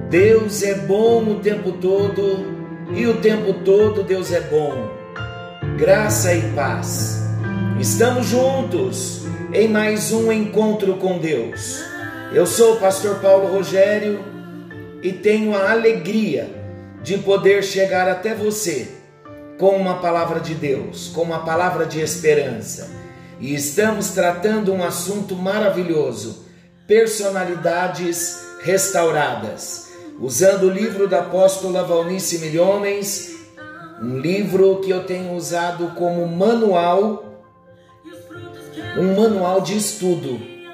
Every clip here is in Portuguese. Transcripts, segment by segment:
Deus é bom o tempo todo e o tempo todo Deus é bom. Graça e paz. Estamos juntos em mais um encontro com Deus. Eu sou o pastor Paulo Rogério e tenho a alegria de poder chegar até você com uma palavra de Deus, com uma palavra de esperança. E estamos tratando um assunto maravilhoso: personalidades restauradas. Usando o livro da apóstola Valnice Milhomens, um livro que eu tenho usado como manual, um manual de estudo.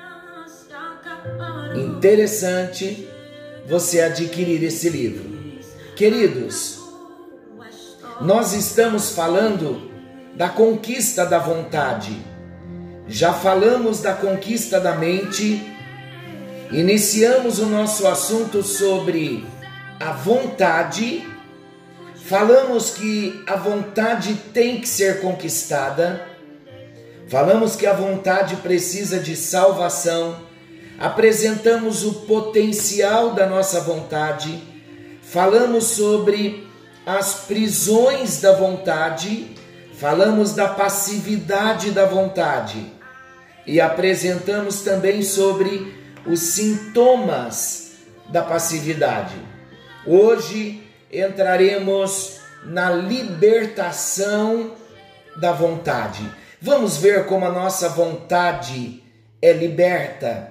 Interessante você adquirir esse livro. Queridos, nós estamos falando da conquista da vontade. Já falamos da conquista da mente. Iniciamos o nosso assunto sobre a vontade. Falamos que a vontade tem que ser conquistada. Falamos que a vontade precisa de salvação. Apresentamos o potencial da nossa vontade. Falamos sobre as prisões da vontade. Falamos da passividade da vontade. E apresentamos também sobre os sintomas da passividade. Hoje entraremos na libertação da vontade. Vamos ver como a nossa vontade é liberta.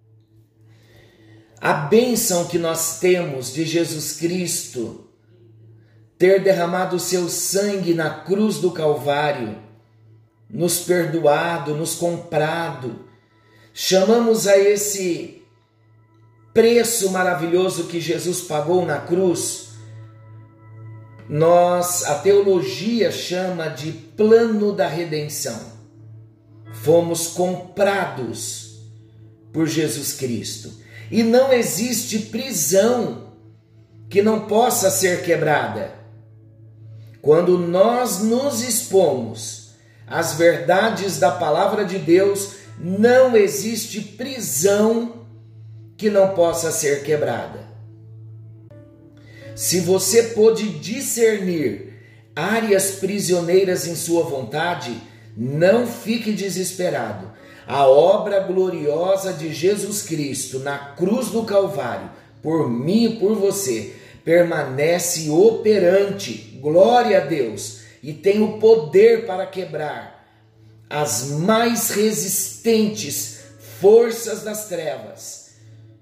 A bênção que nós temos de Jesus Cristo ter derramado o seu sangue na cruz do Calvário, nos perdoado, nos comprado. Chamamos a esse preço maravilhoso que Jesus pagou na cruz. A teologia chama de plano da redenção. Fomos comprados por Jesus Cristo. E não existe prisão que não possa ser quebrada. Quando nós nos expomos às verdades da palavra de Deus, não existe prisão que não possa ser quebrada. Se você pôde discernir áreas prisioneiras em sua vontade, não fique desesperado. A obra gloriosa de Jesus Cristo na cruz do Calvário, por mim e por você, permanece operante, glória a Deus, e tem o poder para quebrar as mais resistentes forças das trevas.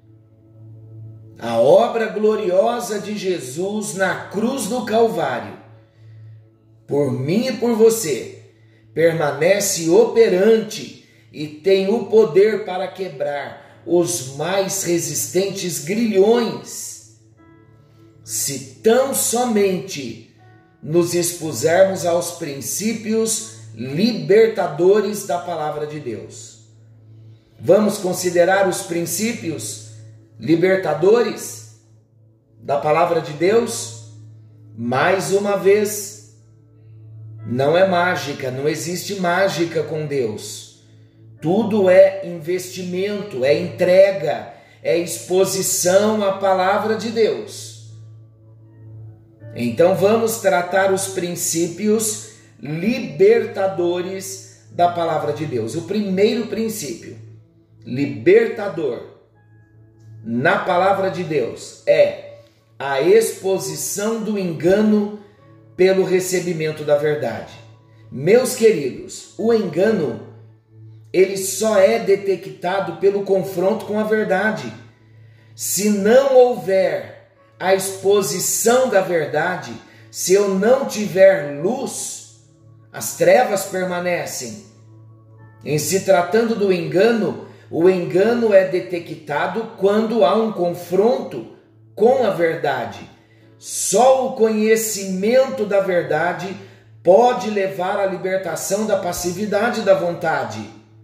A obra gloriosa de Jesus na cruz do Calvário, por mim e por você, permanece operante e tem o poder para quebrar os mais resistentes grilhões, se tão somente nos expusermos aos princípios libertadores da palavra de Deus. Vamos considerar os princípios libertadores da palavra de Deus? Mais uma vez, não é mágica, não existe mágica com Deus. Tudo é investimento, é entrega, é exposição à palavra de Deus. Então vamos tratar os princípios libertadores da palavra de Deus. O primeiro princípio libertador na palavra de Deus é a exposição do engano pelo recebimento da verdade. Meus queridos, o engano ele só é detectado pelo confronto com a verdade. Se não houver a exposição da verdade, se eu não tiver luz, as trevas permanecem. Em se tratando do engano, o engano é detectado quando há um confronto com a verdade. Só o conhecimento da verdade pode levar à libertação da passividade da vontade.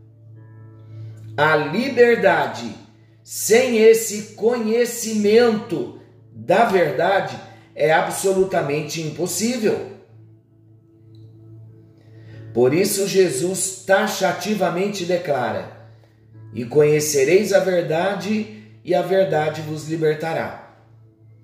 A liberdade, sem esse conhecimento da verdade, é absolutamente impossível. Por isso Jesus taxativamente declara: e conhecereis a verdade, e a verdade vos libertará.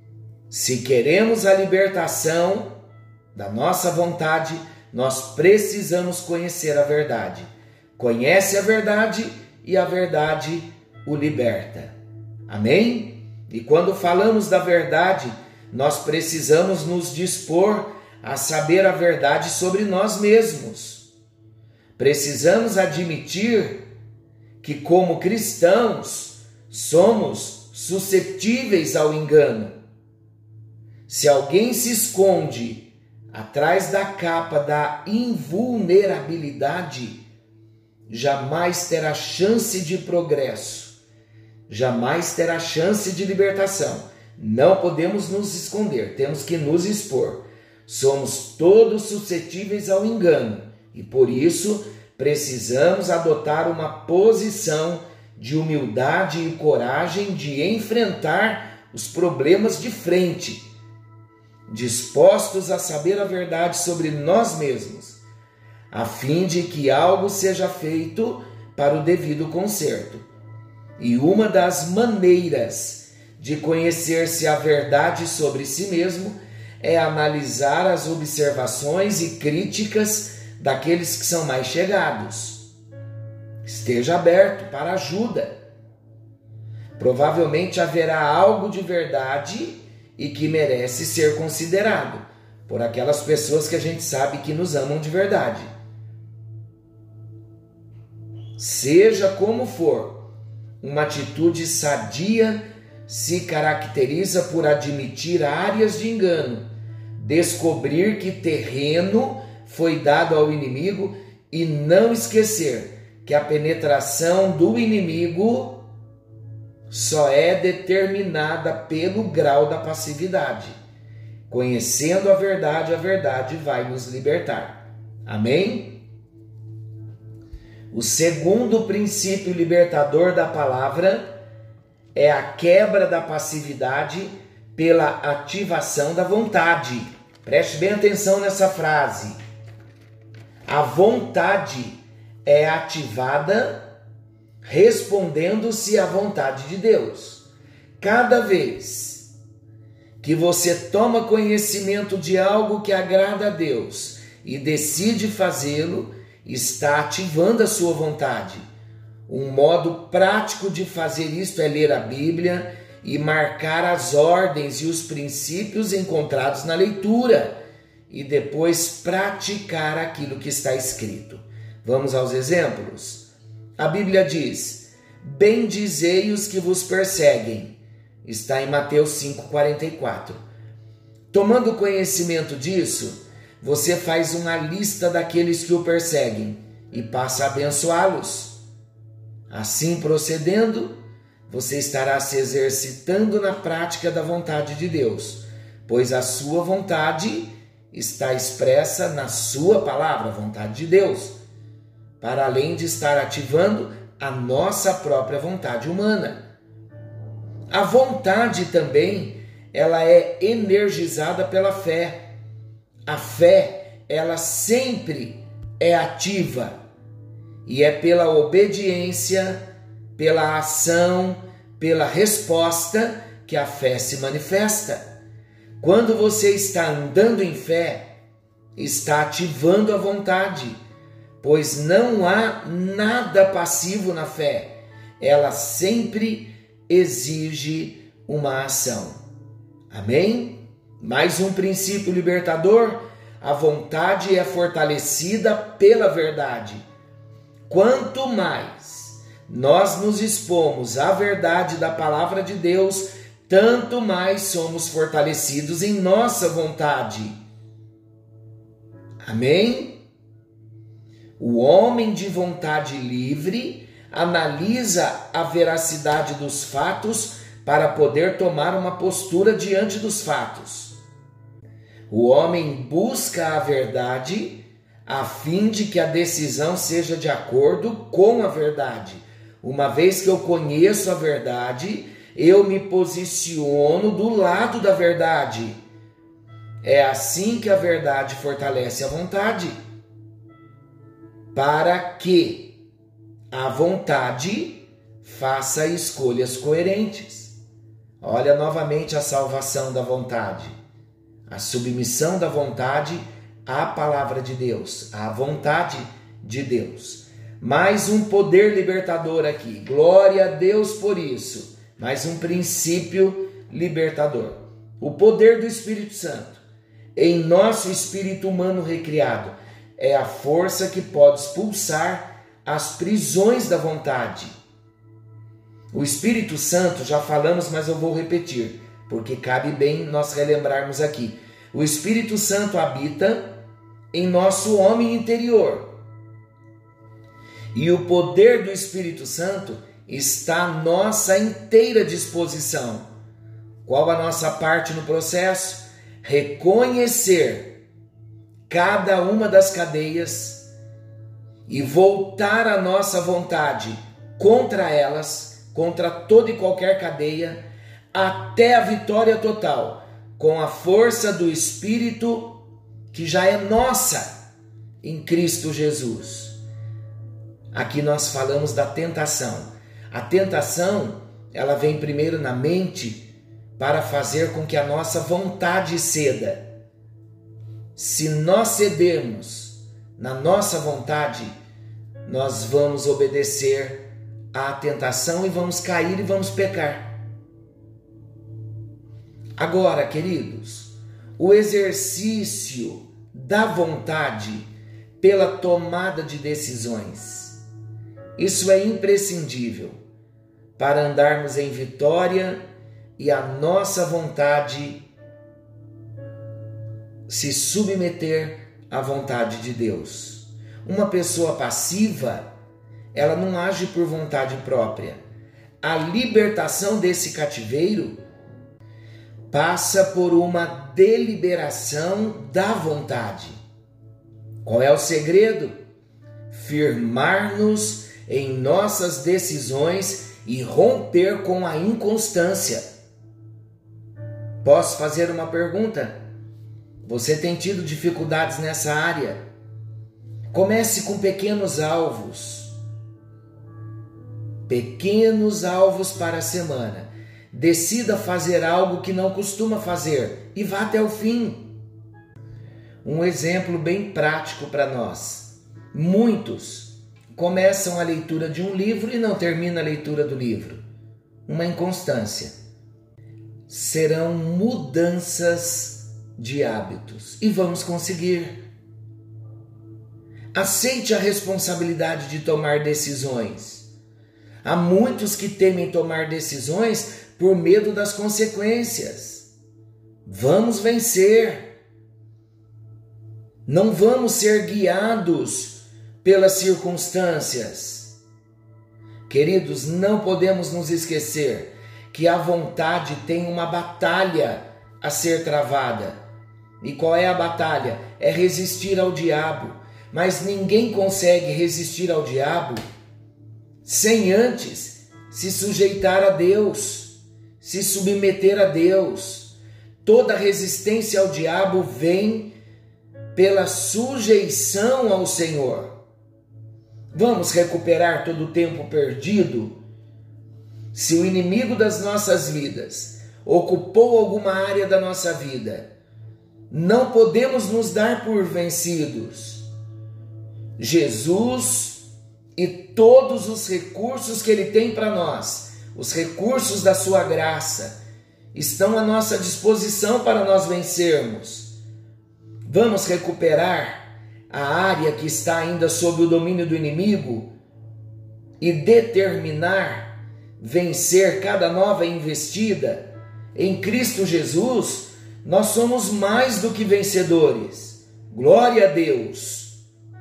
Se queremos a libertação da nossa vontade, nós precisamos conhecer a verdade. Conhece a verdade e a verdade o liberta. Amém? E quando falamos da verdade, nós precisamos nos dispor a saber a verdade sobre nós mesmos. Precisamos admitir que, como cristãos, somos suscetíveis ao engano. Se alguém se esconde atrás da capa da invulnerabilidade, jamais terá chance de progresso, jamais terá chance de libertação. Não podemos nos esconder, temos que nos expor. Somos todos suscetíveis ao engano e, por isso, precisamos adotar uma posição de humildade e coragem de enfrentar os problemas de frente, dispostos a saber a verdade sobre nós mesmos, a fim de que algo seja feito para o devido conserto. E uma das maneiras de conhecer-se a verdade sobre si mesmo é analisar as observações e críticas daqueles que são mais chegados. Esteja aberto para ajuda. Provavelmente haverá algo de verdade e que merece ser considerado por aquelas pessoas que a gente sabe que nos amam de verdade. Seja como for, uma atitude sadia se caracteriza por admitir áreas de engano, descobrir que terreno foi dado ao inimigo e não esquecer que a penetração do inimigo só é determinada pelo grau da passividade. Conhecendo a verdade vai nos libertar. Amém? O segundo princípio libertador da palavra é a quebra da passividade pela ativação da vontade. Preste bem atenção nessa frase. A vontade é ativada respondendo-se à vontade de Deus. Cada vez que você toma conhecimento de algo que agrada a Deus e decide fazê-lo, está ativando a sua vontade. Um modo prático de fazer isto é ler a Bíblia e marcar as ordens e os princípios encontrados na leitura e depois praticar aquilo que está escrito. Vamos aos exemplos? A Bíblia diz: bendizei os que vos perseguem. Está em Mateus 5,44. Tomando conhecimento disso, você faz uma lista daqueles que o perseguem e passa a abençoá-los. Assim procedendo, você estará se exercitando na prática da vontade de Deus, pois a sua vontade está expressa na sua palavra, a vontade de Deus, para além de estar ativando a nossa própria vontade humana. A vontade também, ela é energizada pela fé. A fé, ela sempre é ativa e é pela obediência, pela ação, pela resposta que a fé se manifesta. Quando você está andando em fé, está ativando a vontade, pois não há nada passivo na fé. Ela sempre exige uma ação. Amém? Mais um princípio libertador: a vontade é fortalecida pela verdade. Quanto mais nós nos expomos à verdade da palavra de Deus, tanto mais somos fortalecidos em nossa vontade. Amém? O homem de vontade livre analisa a veracidade dos fatos para poder tomar uma postura diante dos fatos. O homem busca a verdade a fim de que a decisão seja de acordo com a verdade. Uma vez que eu conheço a verdade, eu me posiciono do lado da verdade. É assim que a verdade fortalece a vontade, para que a vontade faça escolhas coerentes. Olha novamente a salvação da vontade, a submissão da vontade à palavra de Deus, à vontade de Deus. Mais um poder libertador aqui, glória a Deus por isso. Mais um princípio libertador. O poder do Espírito Santo em nosso espírito humano recriado é a força que pode expulsar as prisões da vontade. O Espírito Santo, já falamos, mas eu vou repetir, porque cabe bem nós relembrarmos aqui. O Espírito Santo habita em nosso homem interior. E o poder do Espírito Santo está à nossa inteira disposição. Qual a nossa parte no processo? Reconhecer cada uma das cadeias e voltar a nossa vontade contra elas, contra toda e qualquer cadeia, até a vitória total, com a força do Espírito que já é nossa em Cristo Jesus. Aqui nós falamos da tentação. A tentação, ela vem primeiro na mente para fazer com que a nossa vontade ceda. Se nós cedermos na nossa vontade, nós vamos obedecer à tentação e vamos cair e vamos pecar. Agora, queridos, o exercício da vontade pela tomada de decisões, isso é imprescindível para andarmos em vitória e a nossa vontade se submeter à vontade de Deus. Uma pessoa passiva, ela não age por vontade própria. A libertação desse cativeiro passa por uma deliberação da vontade. Qual é o segredo? Firmar-nos em nossas decisões e romper com a inconstância. Posso fazer uma pergunta? Você tem tido dificuldades nessa área? Comece com pequenos alvos. Pequenos alvos para a semana. Decida fazer algo que não costuma fazer e vá até o fim. Um exemplo bem prático para nós. Muitos começam a leitura de um livro e não terminam a leitura do livro. Uma inconstância. Serão mudanças de hábitos e vamos conseguir. Aceite a responsabilidade de tomar decisões. Há muitos que temem tomar decisões por medo das consequências. Vamos vencer. Não vamos ser guiados pelas circunstâncias. Queridos, não podemos nos esquecer que a vontade tem uma batalha a ser travada. E qual é a batalha? É resistir ao diabo. Mas ninguém consegue resistir ao diabo sem antes se sujeitar a Deus, se submeter a Deus. Toda resistência ao diabo vem pela sujeição ao Senhor. Vamos recuperar todo o tempo perdido? Se o inimigo das nossas vidas ocupou alguma área da nossa vida, não podemos nos dar por vencidos. Jesus e todos os recursos que Ele tem para nós, os recursos da sua graça, estão à nossa disposição para nós vencermos. Vamos recuperar a área que está ainda sob o domínio do inimigo e determinar vencer cada nova investida. Em Cristo Jesus, nós somos mais do que vencedores. Glória a Deus!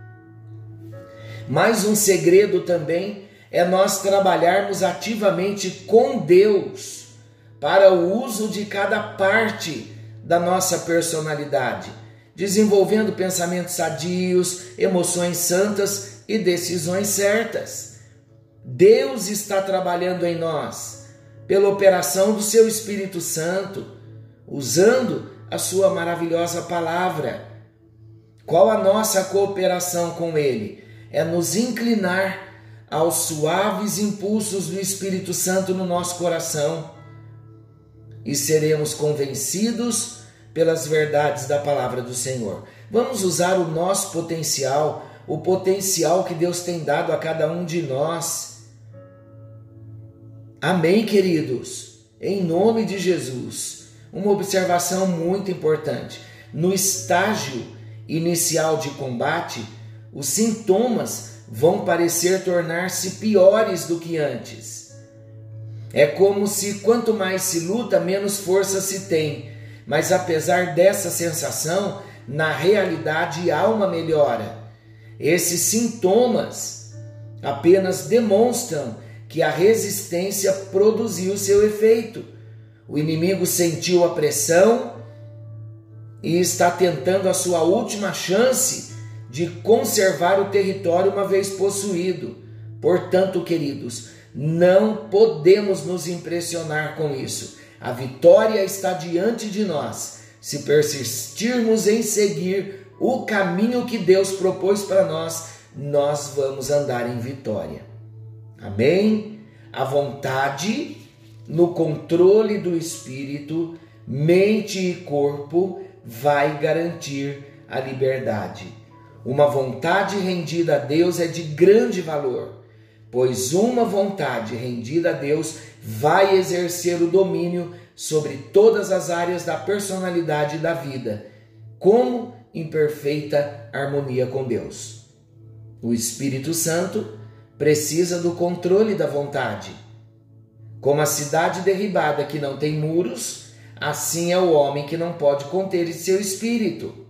Mais um segredo também é nós trabalharmos ativamente com Deus para o uso de cada parte da nossa personalidade, desenvolvendo pensamentos sadios, emoções santas e decisões certas. Deus está trabalhando em nós pela operação do seu Espírito Santo, usando a sua maravilhosa palavra. Qual a nossa cooperação com Ele? É nos inclinar aos suaves impulsos do Espírito Santo no nosso coração. e seremos convencidos pelas verdades da palavra do Senhor. Vamos usar o nosso potencial, o potencial que Deus tem dado a cada um de nós. Amém, queridos? Em nome de Jesus. Uma observação muito importante. No estágio inicial de combate, os sintomas vão parecer tornar-se piores do que antes. É como se quanto mais se luta, menos força se tem. Mas apesar dessa sensação, na realidade há uma melhora. Esses sintomas apenas demonstram que a resistência produziu seu efeito. O inimigo sentiu a pressão e está tentando a sua última chance de conservar o território uma vez possuído. Portanto, queridos, não podemos nos impressionar com isso. A vitória está diante de nós, se persistirmos em seguir o caminho que Deus propôs para nós, nós vamos andar em vitória. Amém? A vontade, no controle do espírito, mente e corpo, vai garantir a liberdade. Uma vontade rendida a Deus é de grande valor, pois uma vontade rendida a Deus vai exercer o domínio sobre todas as áreas da personalidade da vida, como em perfeita harmonia com Deus. O Espírito Santo precisa do controle da vontade. Como a cidade derribada que não tem muros, assim é o homem que não pode conter seu espírito.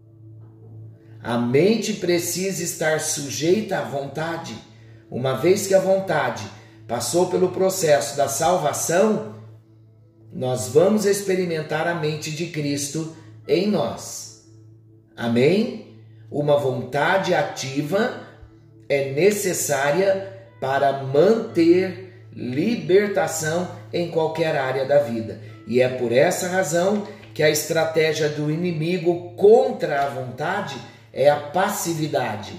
A mente precisa estar sujeita à vontade. Uma vez que a vontade passou pelo processo da salvação, nós vamos experimentar a mente de Cristo em nós. Amém? Uma vontade ativa é necessária para manter libertação em qualquer área da vida. E é por essa razão que a estratégia do inimigo contra a vontade é a passividade.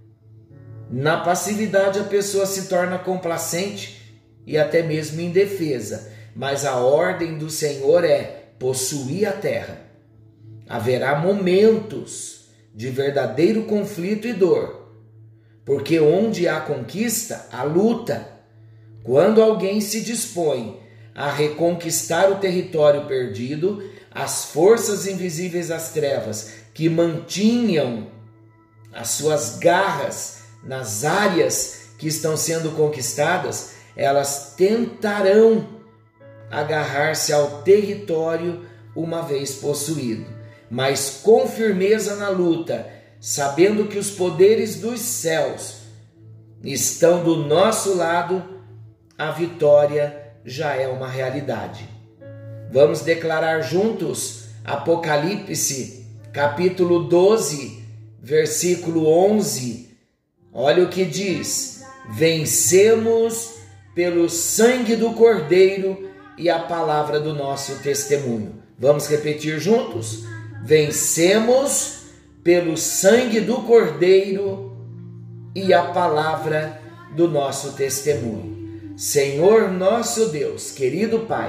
Na passividade a pessoa se torna complacente e até mesmo indefesa, mas a ordem do Senhor é possuir a terra. Haverá momentos de verdadeiro conflito e dor, porque onde há conquista, há luta. Quando alguém se dispõe a reconquistar o território perdido, as forças invisíveis das trevas que mantinham as suas garras nas áreas que estão sendo conquistadas, elas tentarão agarrar-se ao território uma vez possuído, mas com firmeza na luta, sabendo que os poderes dos céus estão do nosso lado, a vitória já é uma realidade. Vamos declarar juntos Apocalipse, capítulo 12, versículo 11. Olha o que diz: vencemos pelo sangue do Cordeiro e a palavra do nosso testemunho. Vamos repetir juntos? Vencemos pelo sangue do Cordeiro e a palavra do nosso testemunho. Senhor nosso Deus, querido Pai,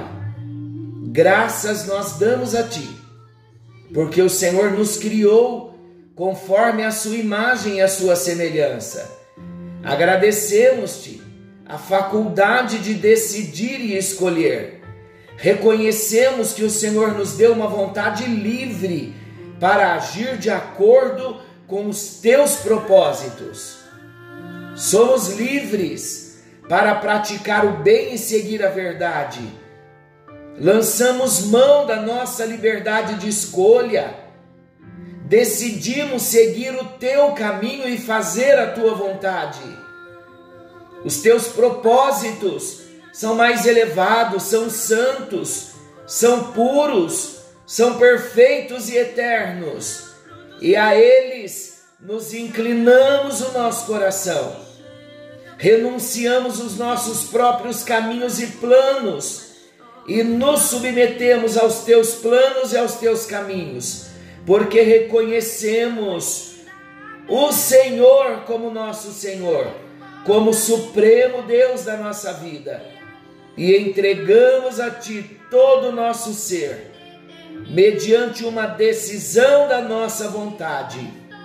graças nós damos a Ti, porque o Senhor nos criou conforme a sua imagem e a sua semelhança. Agradecemos-te a faculdade de decidir e escolher. Reconhecemos que o Senhor nos deu uma vontade livre para agir de acordo com os teus propósitos. Somos livres para praticar o bem e seguir a verdade. Lançamos mão da nossa liberdade de escolha. Decidimos seguir o teu caminho e fazer a tua vontade. Os teus propósitos são mais elevados, são santos, são puros, são perfeitos e eternos. E a eles nos inclinamos o nosso coração. Renunciamos os nossos próprios caminhos e planos e nos submetemos aos teus planos e aos teus caminhos, porque reconhecemos o Senhor como nosso Senhor, como supremo Deus da nossa vida, e entregamos a Ti todo o nosso ser, mediante uma decisão da nossa vontade,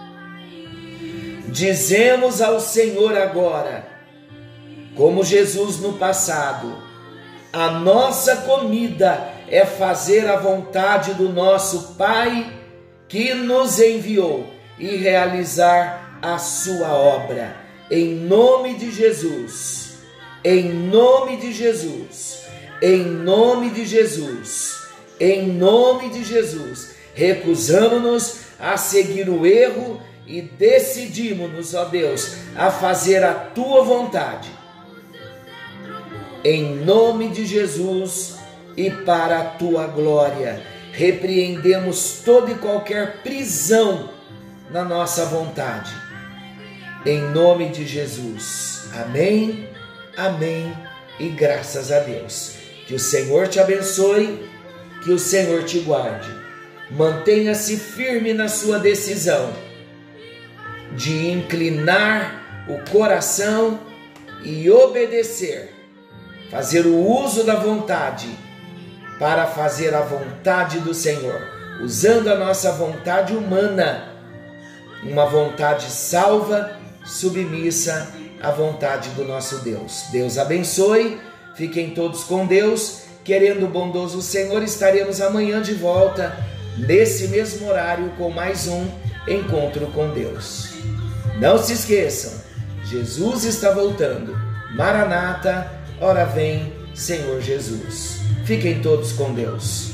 dizemos ao Senhor agora, como Jesus no passado: a nossa comida é fazer a vontade do nosso Pai que nos enviou e realizar a sua obra. Em nome de Jesus, em nome de Jesus, em nome de Jesus, em nome de Jesus, recusamos-nos a seguir o erro e decidimos-nos, ó Deus, a fazer a tua vontade. Em nome de Jesus e para a tua glória, repreendemos toda e qualquer prisão na nossa vontade. Em nome de Jesus. Amém, amém e graças a Deus. Que o Senhor te abençoe, que o Senhor te guarde. Mantenha-se firme na sua decisão de inclinar o coração e obedecer, fazer o uso da vontade para fazer a vontade do Senhor, usando a nossa vontade humana, uma vontade salva, submissa à vontade do nosso Deus. Deus abençoe, fiquem todos com Deus. Querendo o bondoso Senhor, estaremos amanhã de volta, nesse mesmo horário, com mais um Encontro com Deus. Não se esqueçam, Jesus está voltando. Maranata, ora vem, Senhor Jesus. Fiquem todos com Deus.